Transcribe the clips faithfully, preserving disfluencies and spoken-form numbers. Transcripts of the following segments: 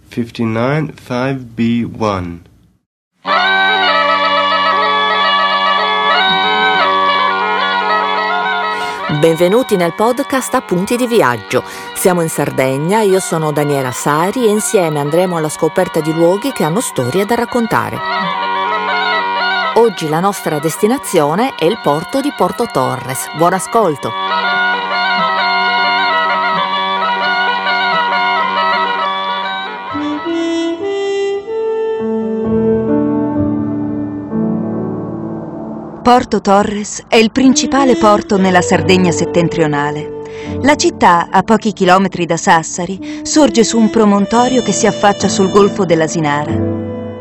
cinquantanove five B uno. Benvenuti nel podcast Appunti di viaggio. Siamo in Sardegna, io sono Daniela Sari e insieme andremo alla scoperta di luoghi che hanno storie da raccontare. Oggi la nostra destinazione è il porto di Porto Torres. Buon ascolto! Porto Torres è il principale porto nella Sardegna settentrionale. La città, a pochi chilometri da Sassari, sorge su un promontorio che si affaccia sul golfo dell'Asinara.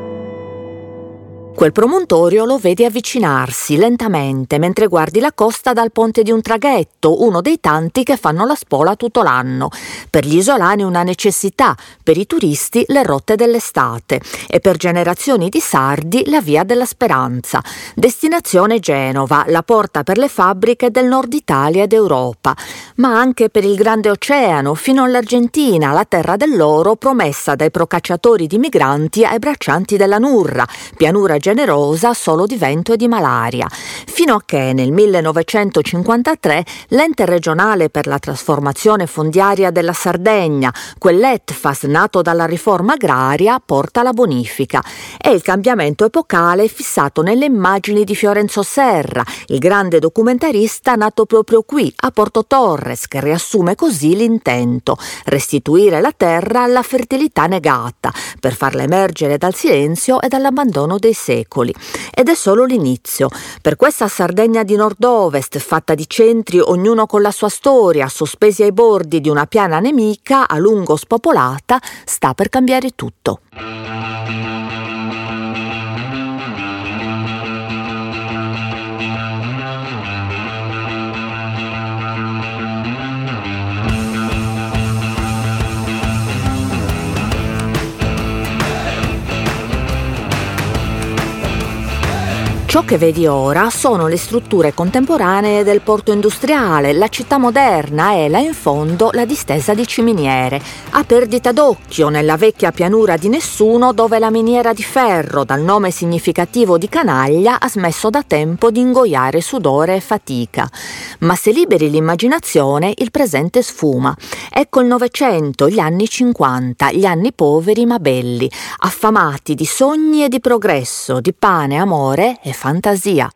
Quel promontorio lo vedi avvicinarsi lentamente mentre guardi la costa dal ponte di un traghetto, uno dei tanti che fanno la spola tutto l'anno. Per gli isolani una necessità, per i turisti le rotte dell'estate e per generazioni di sardi la via della speranza. Destinazione Genova, la porta per le fabbriche del nord Italia ed Europa, ma anche per il grande oceano fino all'Argentina, la terra dell'oro promessa dai procacciatori di migranti ai braccianti della Nurra, pianura generosa solo di vento e di malaria, fino a che nel millenovecentocinquantatré l'ente regionale per la trasformazione fondiaria della Sardegna, quell'E T F A S nato dalla riforma agraria, porta la bonifica. È il cambiamento epocale fissato nelle immagini di Fiorenzo Serra, il grande documentarista nato proprio qui, a Porto Torres, che riassume così l'intento: restituire la terra alla fertilità negata, per farla emergere dal silenzio e dall'abbandono dei secoli. Ed è solo l'inizio. Per questa Sardegna di nord-ovest, fatta di centri ognuno con la sua storia, sospesi ai bordi di una piana nemica, a lungo spopolata, sta per cambiare tutto. Ciò che vedi ora sono le strutture contemporanee del porto industriale, la città moderna e là in fondo la distesa di ciminiere, a perdita d'occhio nella vecchia pianura di Nessuno, dove la miniera di ferro, dal nome significativo di canaglia, ha smesso da tempo di ingoiare sudore e fatica. Ma se liberi l'immaginazione, il presente sfuma. Ecco il Novecento, gli anni cinquanta, gli anni poveri ma belli, affamati di sogni e di progresso, di pane, amore e fantasia.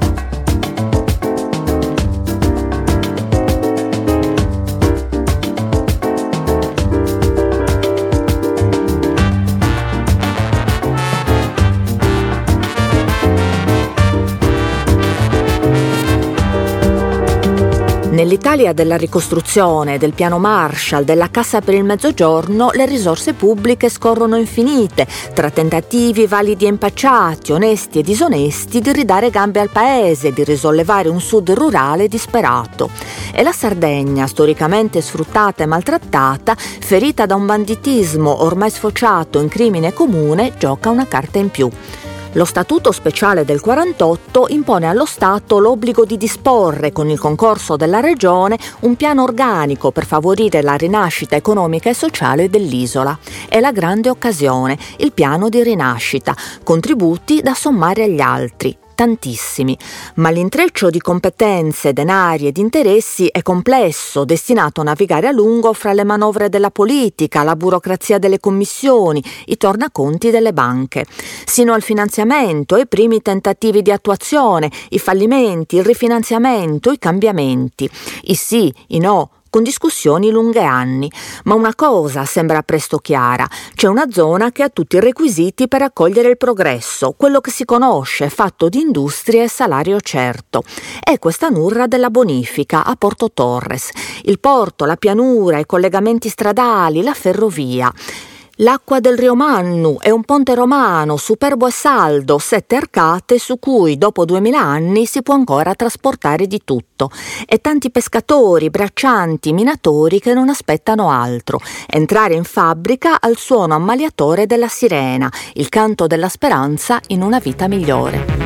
Nell'Italia della ricostruzione, del piano Marshall, della Cassa per il Mezzogiorno, le risorse pubbliche scorrono infinite, tra tentativi validi e impacciati, onesti e disonesti, di ridare gambe al paese, di risollevare un sud rurale disperato. E la Sardegna, storicamente sfruttata e maltrattata, ferita da un banditismo ormai sfociato in crimine comune, gioca una carta in più. Lo Statuto speciale del quarantotto impone allo Stato l'obbligo di disporre, con il concorso della Regione, un piano organico per favorire la rinascita economica e sociale dell'isola. È la grande occasione, il piano di rinascita, contributi da sommare agli altri. Tantissimi, ma l'intreccio di competenze, denari ed interessi è complesso, destinato a navigare a lungo fra le manovre della politica, la burocrazia delle commissioni, i tornaconti delle banche, sino al finanziamento, i primi tentativi di attuazione, i fallimenti, il rifinanziamento, i cambiamenti, i sì, i no, con discussioni lunghe anni. Ma una cosa sembra presto chiara: c'è una zona che ha tutti i requisiti per accogliere il progresso, quello che si conosce, fatto di industrie e salario certo. È questa Nurra della bonifica, a Porto Torres. Il porto, la pianura, i collegamenti stradali, la ferrovia. L'acqua del Rio Mannu è un ponte romano, superbo e saldo, sette arcate su cui dopo duemila anni si può ancora trasportare di tutto. E tanti pescatori, braccianti, minatori che non aspettano altro: entrare in fabbrica al suono ammaliatore della sirena, il canto della speranza in una vita migliore.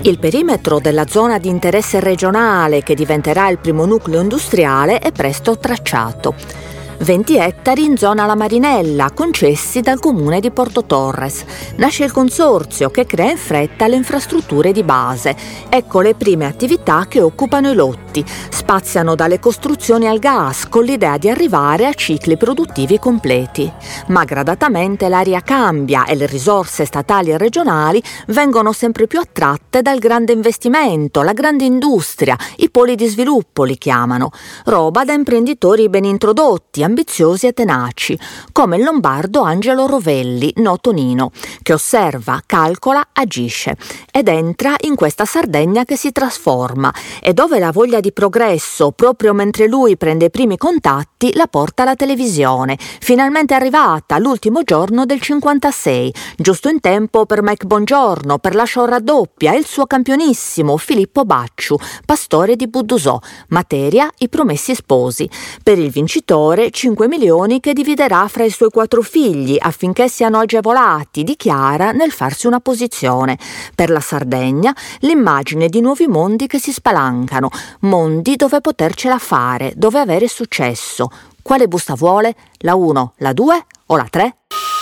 Il perimetro della zona di interesse regionale, che diventerà il primo nucleo industriale, è presto tracciato. venti ettari in zona La Marinella, concessi dal comune di Porto Torres. Nasce il consorzio che crea in fretta le infrastrutture di base. Ecco le prime attività che occupano i lotti. Spaziano dalle costruzioni al gas, con l'idea di arrivare a cicli produttivi completi. Ma gradatamente l'aria cambia e le risorse statali e regionali vengono sempre più attratte dal grande investimento, la grande industria, i poli di sviluppo li chiamano. Roba da imprenditori ben introdotti, ambiziosi e tenaci, come il lombardo Angelo Rovelli, noto Nino, che osserva, calcola, agisce ed entra in questa Sardegna che si trasforma e dove la voglia di progresso, proprio mentre lui prende i primi contatti, la porta alla televisione, finalmente arrivata l'ultimo giorno del cinquantasei, giusto in tempo per Mike Bongiorno, per la show raddoppia e il suo campionissimo Filippo Bacciu, pastore di Buddusò, materia i promessi sposi. Per il vincitore cinque milioni che dividerà fra i suoi quattro figli affinché siano agevolati, dichiara, nel farsi una posizione. Per la Sardegna l'immagine di nuovi mondi che si spalancano, mondi dove potercela fare, dove avere successo. Quale busta vuole? La uno, la due o la tre?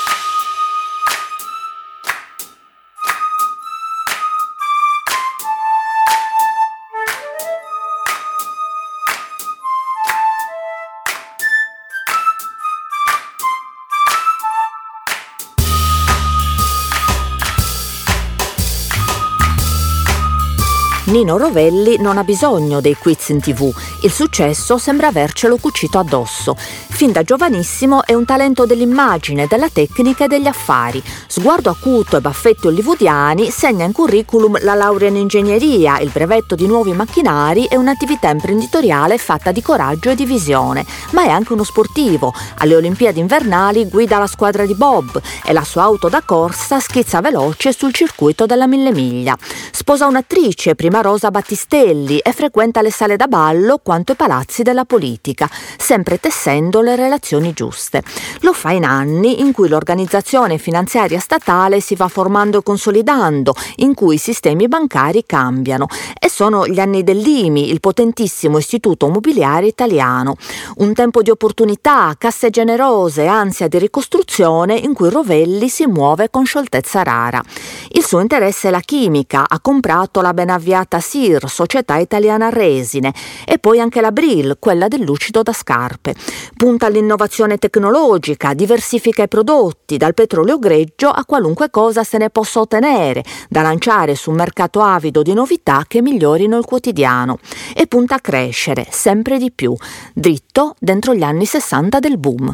Nino Rovelli non ha bisogno dei quiz in tv, il successo sembra avercelo cucito addosso. Fin da giovanissimo è un talento dell'immagine, della tecnica e degli affari. Sguardo acuto e baffetti hollywoodiani, segna in curriculum la laurea in ingegneria, il brevetto di nuovi macchinari e un'attività imprenditoriale fatta di coraggio e di visione. Ma è anche uno sportivo. Alle Olimpiadi invernali guida la squadra di bob e la sua auto da corsa schizza veloce sul circuito della mille miglia. Sposa un'attrice, prima Rosa Battistelli, e frequenta le sale da ballo quanto i palazzi della politica, sempre tessendo le relazioni giuste. Lo fa in anni in cui l'organizzazione finanziaria statale si va formando e consolidando, in cui i sistemi bancari cambiano. E sono gli anni dell'I M I, il potentissimo istituto immobiliare italiano. Un tempo di opportunità, casse generose, ansia di ricostruzione in cui Rovelli si muove con scioltezza rara. Il suo interesse è la chimica, ha comprato la ben avviata S I R, società italiana a resine, e poi anche la Bril, quella del lucido da scarpe. Punta all'innovazione tecnologica, diversifica i prodotti, dal petrolio greggio a qualunque cosa se ne possa ottenere, da lanciare su un mercato avido di novità che migliorino il quotidiano. E punta a crescere, sempre di più, dritto dentro gli anni sessanta del boom.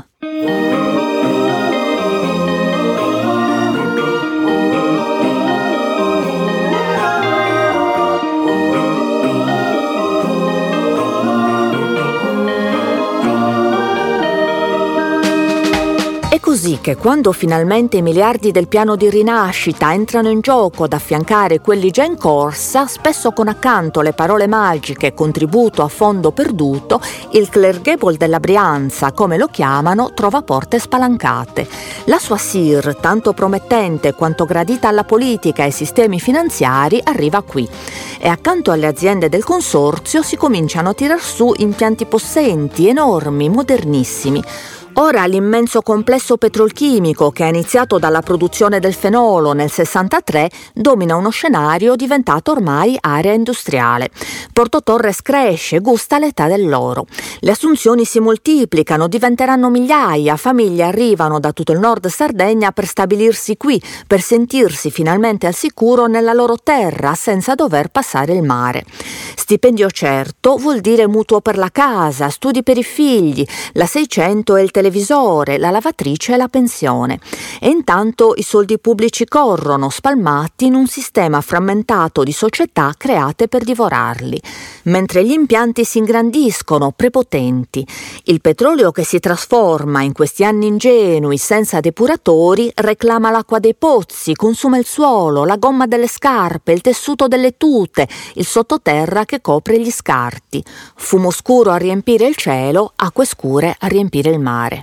È così che quando finalmente i miliardi del piano di rinascita entrano in gioco ad affiancare quelli già in corsa, spesso con accanto le parole magiche contributo a fondo perduto, il clerghevol della Brianza, come lo chiamano, trova porte spalancate. La sua S I R, tanto promettente quanto gradita alla politica e ai sistemi finanziari, arriva qui. E accanto alle aziende del consorzio si cominciano a tirar su impianti possenti, enormi, modernissimi. Ora l'immenso complesso petrolchimico che ha iniziato dalla produzione del fenolo nel sessantatré domina uno scenario diventato ormai area industriale. Porto Torres cresce, gusta l'età dell'oro. Le assunzioni si moltiplicano, diventeranno migliaia, famiglie arrivano da tutto il nord Sardegna per stabilirsi qui, per sentirsi finalmente al sicuro nella loro terra senza dover passare il mare. Stipendio certo vuol dire mutuo per la casa, studi per i figli, la seicento e il televisore, la lavatrice e la pensione. E intanto i soldi pubblici corrono, spalmati in un sistema frammentato di società create per divorarli. Mentre gli impianti si ingrandiscono, prepotenti. Il petrolio che si trasforma in questi anni ingenui, senza depuratori, reclama l'acqua dei pozzi, consuma il suolo, la gomma delle scarpe, il tessuto delle tute, il sottoterra che copre gli scarti. Fumo scuro a riempire il cielo, acque scure a riempire il mare.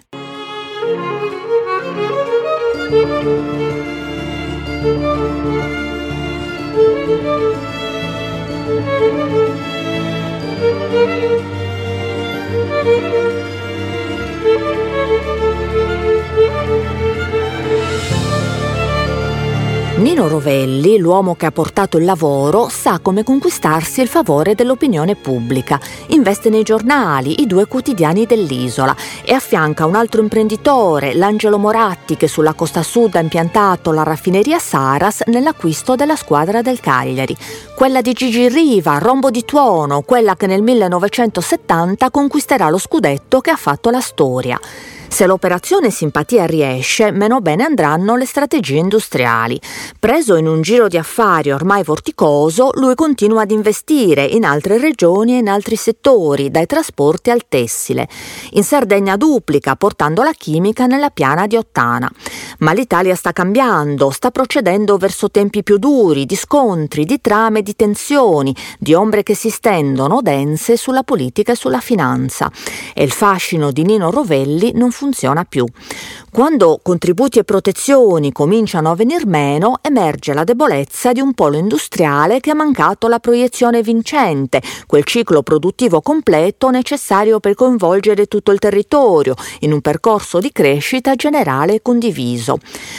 Nino Rovelli, l'uomo che ha portato il lavoro, sa come conquistarsi il favore dell'opinione pubblica. Investe nei giornali, i due quotidiani dell'isola, e affianca un altro imprenditore, l'Angelo Moratti, che sulla costa sud ha impiantato la raffineria Saras nell'acquisto della squadra del Cagliari. Quella di Gigi Riva, rombo di tuono, quella che nel millenovecentosettanta conquisterà lo scudetto che ha fatto la storia. Se l'operazione simpatia riesce, meno bene andranno le strategie industriali. Preso in un giro di affari ormai vorticoso, lui continua ad investire in altre regioni e in altri settori, dai trasporti al tessile. In Sardegna duplica, portando la chimica nella piana di Ottana. Ma l'Italia sta cambiando, sta procedendo verso tempi più duri, di scontri, di trame, di tensioni, di ombre che si stendono dense sulla politica e sulla finanza. E il fascino di Nino Rovelli non funziona più. Quando contributi e protezioni cominciano a venir meno, emerge la debolezza di un polo industriale che ha mancato la proiezione vincente, quel ciclo produttivo completo necessario per coinvolgere tutto il territorio in un percorso di crescita generale e condiviso.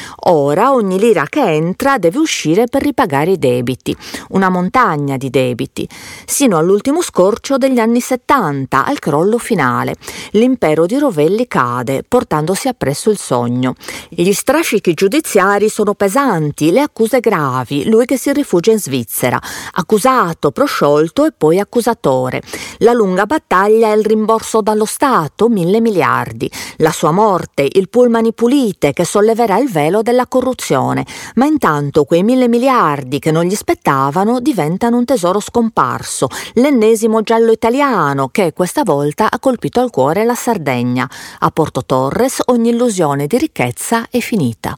Ora ogni lira che entra deve uscire per ripagare i debiti, una montagna di debiti, sino all'ultimo scorcio degli anni settanta, al crollo finale. L'impero di Rovelli cade, portandosi appresso il sogno. Gli strascichi giudiziari sono pesanti, le accuse gravi, lui che si rifugia in Svizzera, accusato, prosciolto e poi accusatore. La lunga battaglia è il rimborso dallo Stato, mille miliardi. La sua morte, il pullman pulite che solleverà il velo della corruzione. Ma intanto quei mille miliardi che non gli spettavano diventano un tesoro scomparso, l'ennesimo giallo italiano che questa volta ha colpito al cuore la Sardegna. A Porto Torres ogni illusione di ricchezza è finita.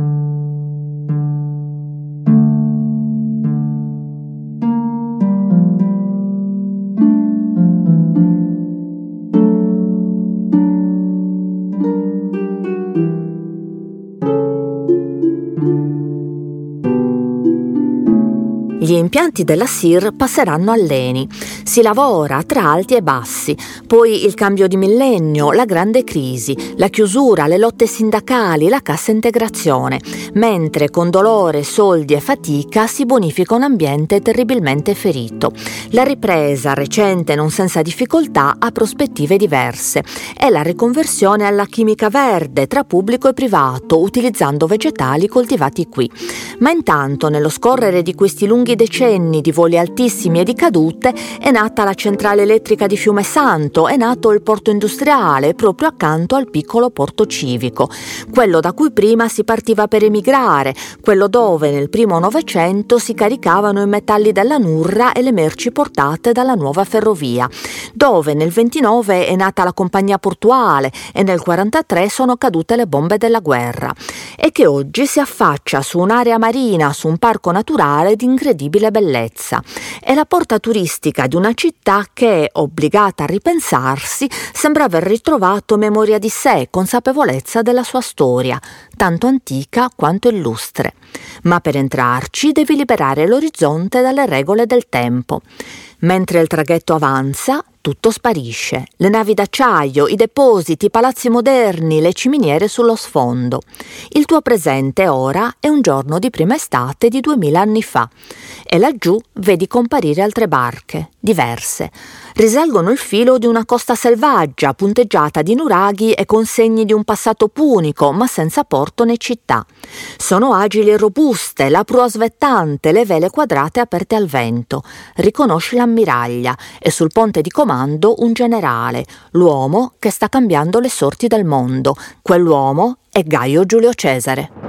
Gli impianti della S I R passeranno all'Eni. Si lavora tra alti e bassi, poi il cambio di millennio, la grande crisi, la chiusura, le lotte sindacali, la cassa integrazione, mentre con dolore, soldi e fatica si bonifica un ambiente terribilmente ferito. La ripresa, recente e non senza difficoltà, ha prospettive diverse. È la riconversione alla chimica verde tra pubblico e privato, utilizzando vegetali coltivati qui. Ma intanto, nello scorrere di questi lunghi decenni di voli altissimi e di cadute, è nata la centrale elettrica di Fiume Santo, è nato il porto industriale proprio accanto al piccolo porto civico, quello da cui prima si partiva per emigrare, quello dove nel primo Novecento si caricavano i metalli della Nurra e le merci portate dalla nuova ferrovia, dove nel ventinove è nata la compagnia portuale e nel quarantatré sono cadute le bombe della guerra, e che oggi si affaccia su un'area marina, su un parco naturale di incredibile bellezza. È la porta turistica di una città che, obbligata a ripensarsi, sembra aver ritrovato memoria di sé, consapevolezza della sua storia, tanto antica quanto illustre. Ma per entrarci devi liberare l'orizzonte dalle regole del tempo. Mentre il traghetto avanza, tutto sparisce. Le navi d'acciaio, i depositi, i palazzi moderni, le ciminiere sullo sfondo. Il tuo presente ora è un giorno di prima estate di duemila anni fa. E laggiù vedi comparire altre barche, diverse. Risalgono il filo di una costa selvaggia, punteggiata di nuraghi e con segni di un passato punico, ma senza porto né città. Sono agili e robuste, la prua svettante, le vele quadrate aperte al vento. Riconosci l'ammiraglia e sul ponte di comando un generale, l'uomo che sta cambiando le sorti del mondo. Quell'uomo è Gaio Giulio Cesare.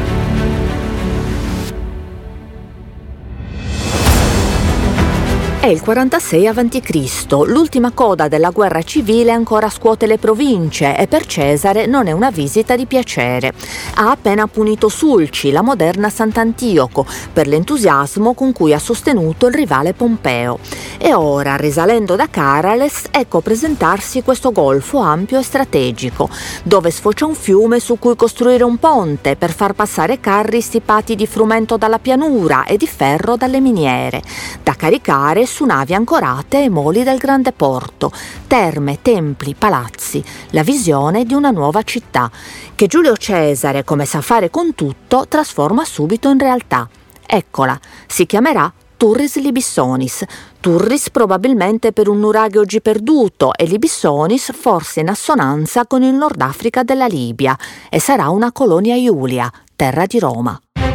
È il quarantasei avanti Cristo, l'ultima coda della guerra civile ancora scuote le province e per Cesare non è una visita di piacere. Ha appena punito Sulci, la moderna Sant'Antioco, per l'entusiasmo con cui ha sostenuto il rivale Pompeo. E ora, risalendo da Carales, ecco presentarsi questo golfo ampio e strategico, dove sfocia un fiume su cui costruire un ponte per far passare carri stipati di frumento dalla pianura e di ferro dalle miniere, da caricare su navi ancorate e moli del grande porto, terme, templi, palazzi, la visione di una nuova città, che Giulio Cesare, come sa fare con tutto, trasforma subito in realtà. Eccola, si chiamerà Turris Libissonis, Turris probabilmente per un nuraghe oggi perduto e Libissonis forse in assonanza con il Nord Africa della Libia, e sarà una colonia Iulia, terra di Roma.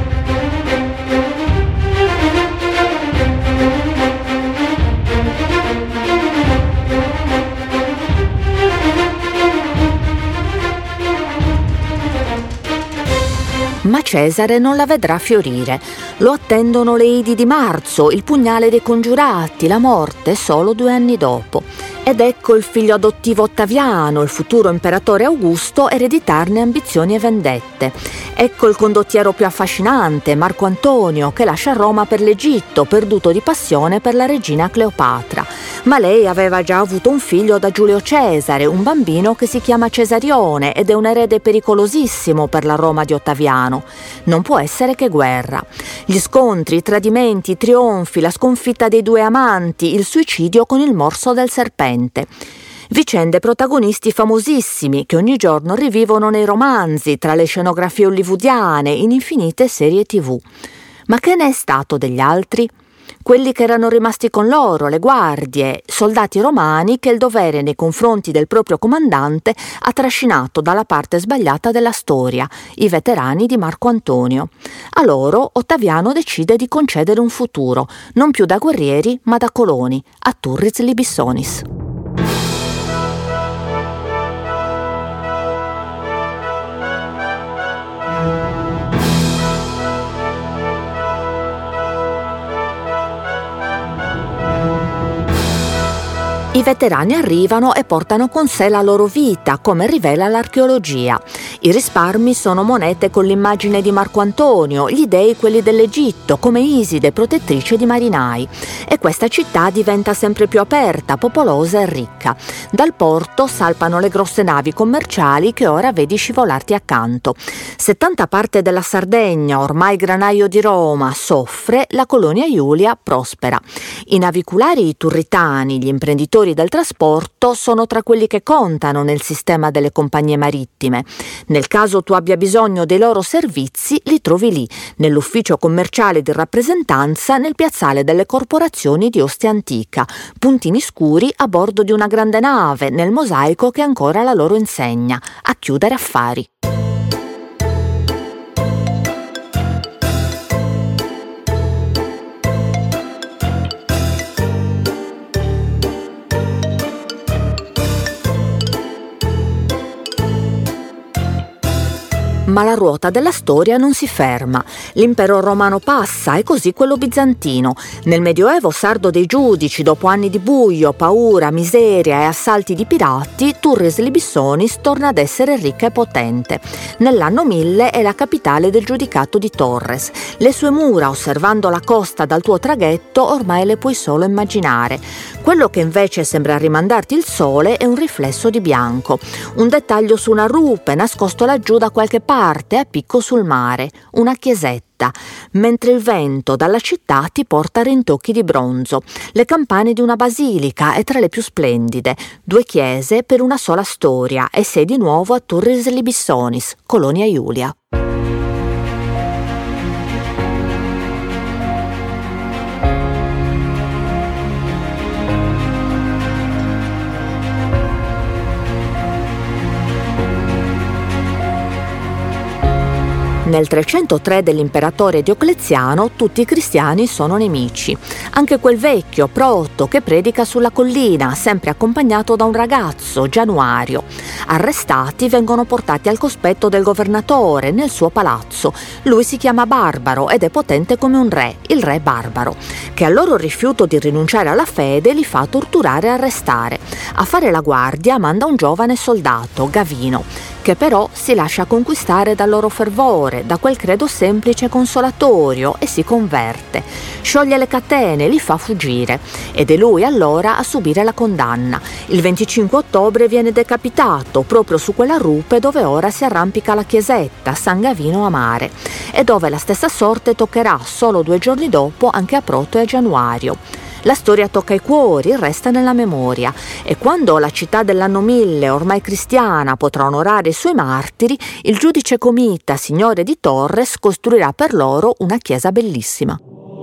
Ma Cesare non la vedrà fiorire. Lo attendono le Idi di marzo, il pugnale dei congiurati, la morte solo due anni dopo. Ed ecco il figlio adottivo Ottaviano, il futuro imperatore Augusto, ereditarne ambizioni e vendette. Ecco il condottiero più affascinante, Marco Antonio, che lascia Roma per l'Egitto, perduto di passione per la regina Cleopatra. Ma lei aveva già avuto un figlio da Giulio Cesare, un bambino che si chiama Cesarione ed è un erede pericolosissimo per la Roma di Ottaviano. Non può essere che guerra. Gli scontri, i tradimenti, i trionfi, la sconfitta dei due amanti, il suicidio con il morso del serpente. Vicende protagonisti famosissimi che ogni giorno rivivono nei romanzi, tra le scenografie hollywoodiane, in infinite serie tivù. Ma che ne è stato degli altri? Quelli che erano rimasti con loro, le guardie, soldati romani che il dovere nei confronti del proprio comandante ha trascinato dalla parte sbagliata della storia, i veterani di Marco Antonio. A loro Ottaviano decide di concedere un futuro, non più da guerrieri ma da coloni, a Turris Libissonis. I veterani arrivano e portano con sé la loro vita, come rivela l'archeologia. I risparmi sono monete con l'immagine di Marco Antonio, gli dei quelli dell'Egitto, come Iside, protettrice di marinai. E questa città diventa sempre più aperta, popolosa e ricca. Dal porto salpano le grosse navi commerciali che ora vedi scivolarti accanto. Se tanta parte della Sardegna, ormai granaio di Roma, soffre, la colonia Iulia prospera. I naviculari turritani, gli imprenditori del trasporto, sono tra quelli che contano nel sistema delle compagnie marittime. Nel caso tu abbia bisogno dei loro servizi, li trovi lì, nell'ufficio commerciale di rappresentanza nel piazzale delle corporazioni di Ostia Antica, puntini scuri a bordo di una grande nave, nel mosaico che ancora la loro insegna, a chiudere affari. Ma la ruota della storia non si ferma. L'impero romano passa e così quello bizantino. Nel Medioevo sardo dei giudici, dopo anni di buio, paura, miseria e assalti di pirati, Turris Libissonis torna ad essere ricca e potente. Nell'anno mille è la capitale del giudicato di Torres. Le sue mura, osservando la costa dal tuo traghetto, ormai le puoi solo immaginare. Quello che invece sembra rimandarti il sole è un riflesso di bianco, un dettaglio su una rupe nascosto laggiù da qualche parte a picco sul mare, una chiesetta, mentre il vento dalla città ti porta rintocchi di bronzo. Le campane di una basilica è tra le più splendide, due chiese per una sola storia, e sei di nuovo a Turris Libissonis, colonia Iulia. Nel trecentotre dell'imperatore Diocleziano tutti i cristiani sono nemici. Anche quel vecchio Proto che predica sulla collina, sempre accompagnato da un ragazzo, Januario. Arrestati, vengono portati al cospetto del governatore nel suo palazzo. Lui si chiama Barbaro ed è potente come un re, il re Barbaro, che al loro rifiuto di rinunciare alla fede li fa torturare e arrestare. A fare la guardia manda un giovane soldato, Gavino, che però si lascia conquistare dal loro fervore, da quel credo semplice e consolatorio, e si converte. Scioglie le catene, li fa fuggire, ed è lui allora a subire la condanna. Il venticinque ottobre viene decapitato proprio su quella rupe dove ora si arrampica la chiesetta, San Gavino a Mare, e dove la stessa sorte toccherà solo due giorni dopo anche a Proto e a Januario. La storia tocca i cuori, resta nella memoria, e quando la città dell'anno mille, ormai cristiana, potrà onorare i suoi martiri, il giudice Comita, signore di Torres, costruirà per loro una chiesa bellissima.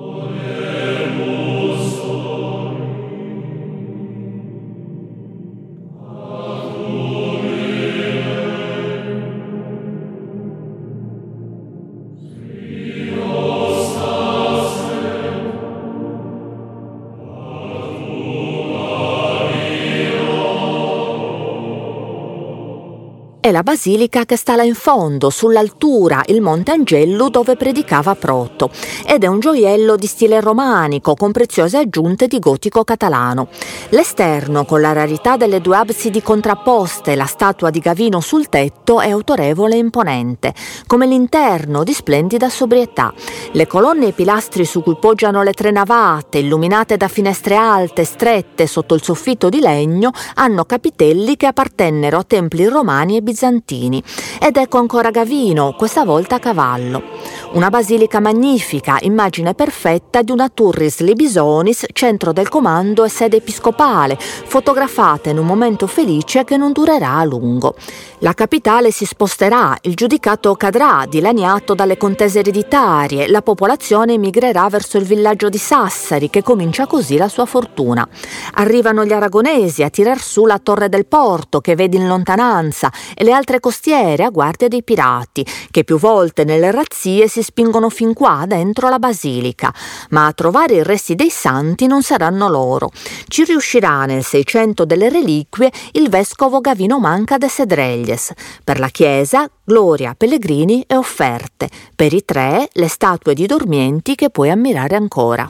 È la basilica che sta là in fondo, sull'altura, il Monte Angelo dove predicava Proto, ed è un gioiello di stile romanico con preziose aggiunte di gotico catalano. L'esterno, con la rarità delle due absidi contrapposte e la statua di Gavino sul tetto, è autorevole e imponente, come l'interno di splendida sobrietà. Le colonne e i pilastri su cui poggiano le tre navate, illuminate da finestre alte, strette sotto il soffitto di legno, hanno capitelli che appartennero a templi romani e bizantini. Ed ecco ancora Gavino, questa volta a cavallo. Una basilica magnifica, immagine perfetta di una Turris Libisonis, centro del comando e sede episcopale, fotografata in un momento felice che non durerà a lungo. La capitale si sposterà, il giudicato cadrà, dilaniato dalle contese ereditarie, la popolazione emigrerà verso il villaggio di Sassari, che comincia così la sua fortuna. Arrivano gli aragonesi a tirar su la torre del porto, che vede in lontananza, e le altre costiere a guardia dei pirati, che più volte nelle razzie si spingono fin qua dentro la basilica, ma a trovare i resti dei santi non saranno loro. Ci riuscirà nel Seicento delle reliquie il vescovo Gavino Manca de Cedrelles. Per la chiesa, gloria, pellegrini e offerte. Per i tre, le statue di dormienti che puoi ammirare ancora.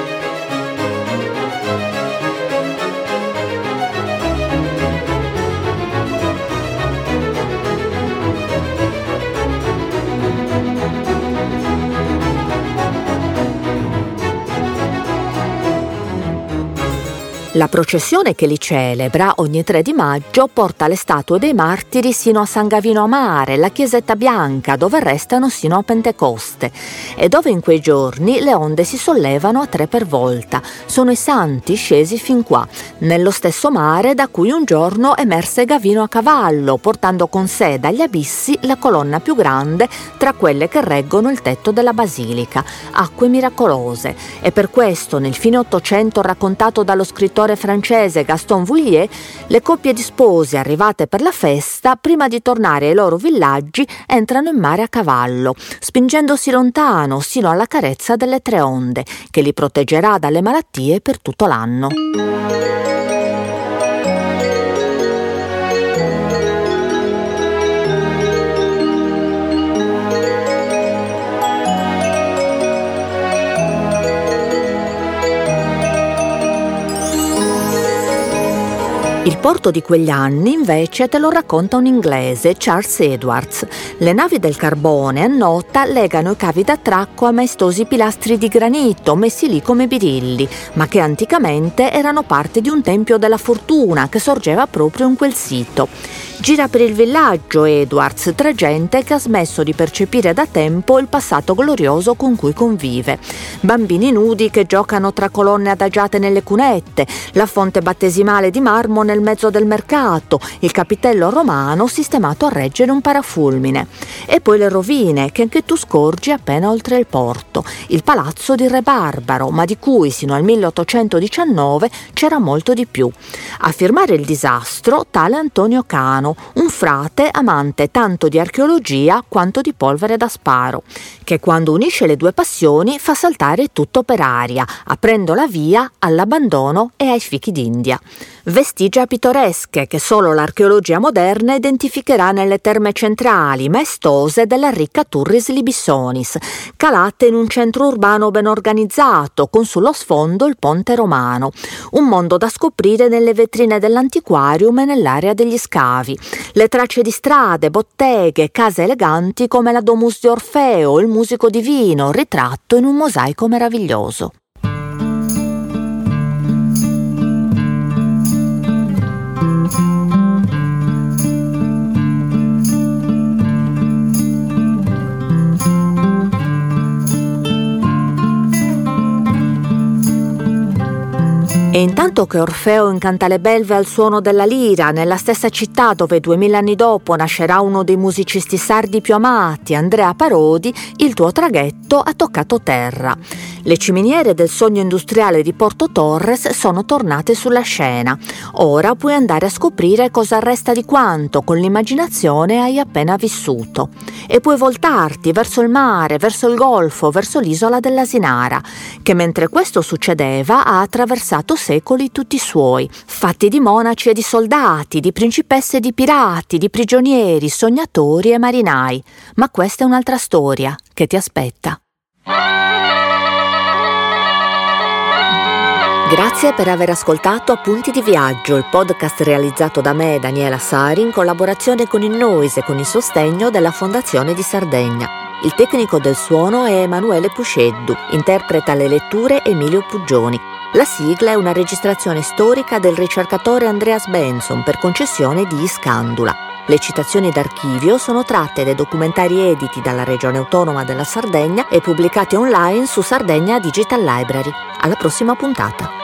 La processione che li celebra ogni tre di maggio porta le statue dei martiri sino a San Gavino a Mare, la chiesetta bianca dove restano sino a Pentecoste, e dove in quei giorni le onde si sollevano a tre per volta. Sono i santi scesi fin qua, nello stesso mare da cui un giorno emerse Gavino a cavallo, portando con sé dagli abissi la colonna più grande tra quelle che reggono il tetto della basilica, acque miracolose. E per questo nel fine Ottocento raccontato dallo scrittore francese Gaston Vuillier, le coppie di sposi arrivate per la festa, prima di tornare ai loro villaggi, entrano in mare a cavallo, spingendosi lontano sino alla carezza delle tre onde, che li proteggerà dalle malattie per tutto l'anno. Il porto di quegli anni invece te lo racconta un inglese, Charles Edwards. Le navi del carbone a nota legano i cavi d'attracco a maestosi pilastri di granito messi lì come birilli, ma che anticamente erano parte di un tempio della fortuna che sorgeva proprio in quel sito. Gira per il villaggio Edwards tra gente che ha smesso di percepire da tempo il passato glorioso con cui convive. Bambini nudi che giocano tra colonne adagiate nelle cunette, la fonte battesimale di marmo nel mezzo del mercato, il capitello romano sistemato a reggere un parafulmine. E poi le rovine, che anche tu scorgi appena oltre il porto, il palazzo di Re Barbaro, ma di cui sino al milleottocentodiciannove c'era molto di più. A firmare il disastro tale Antonio Cano, un frate amante tanto di archeologia quanto di polvere da sparo, che quando unisce le due passioni fa saltare tutto per aria, aprendo la via all'abbandono e ai fichi d'India. Vestigia pittoresche che solo l'archeologia moderna identificherà nelle terme centrali, maestose della ricca Turris Libissonis, calate in un centro urbano ben organizzato, con sullo sfondo il ponte romano. Un mondo da scoprire nelle vetrine dell'antiquarium e nell'area degli scavi. Le tracce di strade, botteghe, case eleganti come la Domus di Orfeo, il musico divino, ritratto in un mosaico meraviglioso. E intanto che Orfeo incanta le belve al suono della lira, nella stessa città dove duemila anni dopo nascerà uno dei musicisti sardi più amati, Andrea Parodi, il tuo traghetto ha toccato terra. Le ciminiere del sogno industriale di Porto Torres sono tornate sulla scena. Ora puoi andare a scoprire cosa resta di quanto con l'immaginazione hai appena vissuto. E puoi voltarti verso il mare, verso il golfo, verso l'isola dell'Asinara, che mentre questo succedeva ha attraversato secoli tutti suoi, fatti di monaci e di soldati, di principesse e di pirati, di prigionieri, sognatori e marinai. Ma questa è un'altra storia che ti aspetta. Grazie per aver ascoltato Appunti di Viaggio, il podcast realizzato da me, Daniela Sari, in collaborazione con il Noise e con il sostegno della Fondazione di Sardegna. Il tecnico del suono è Emanuele Pusceddu, interpreta le letture Emilio Puggioni. La sigla è una registrazione storica del ricercatore Andreas Benson per concessione di Iscandula. Le citazioni d'archivio sono tratte dai documentari editi dalla Regione Autonoma della Sardegna e pubblicati online su Sardegna Digital Library. Alla prossima puntata.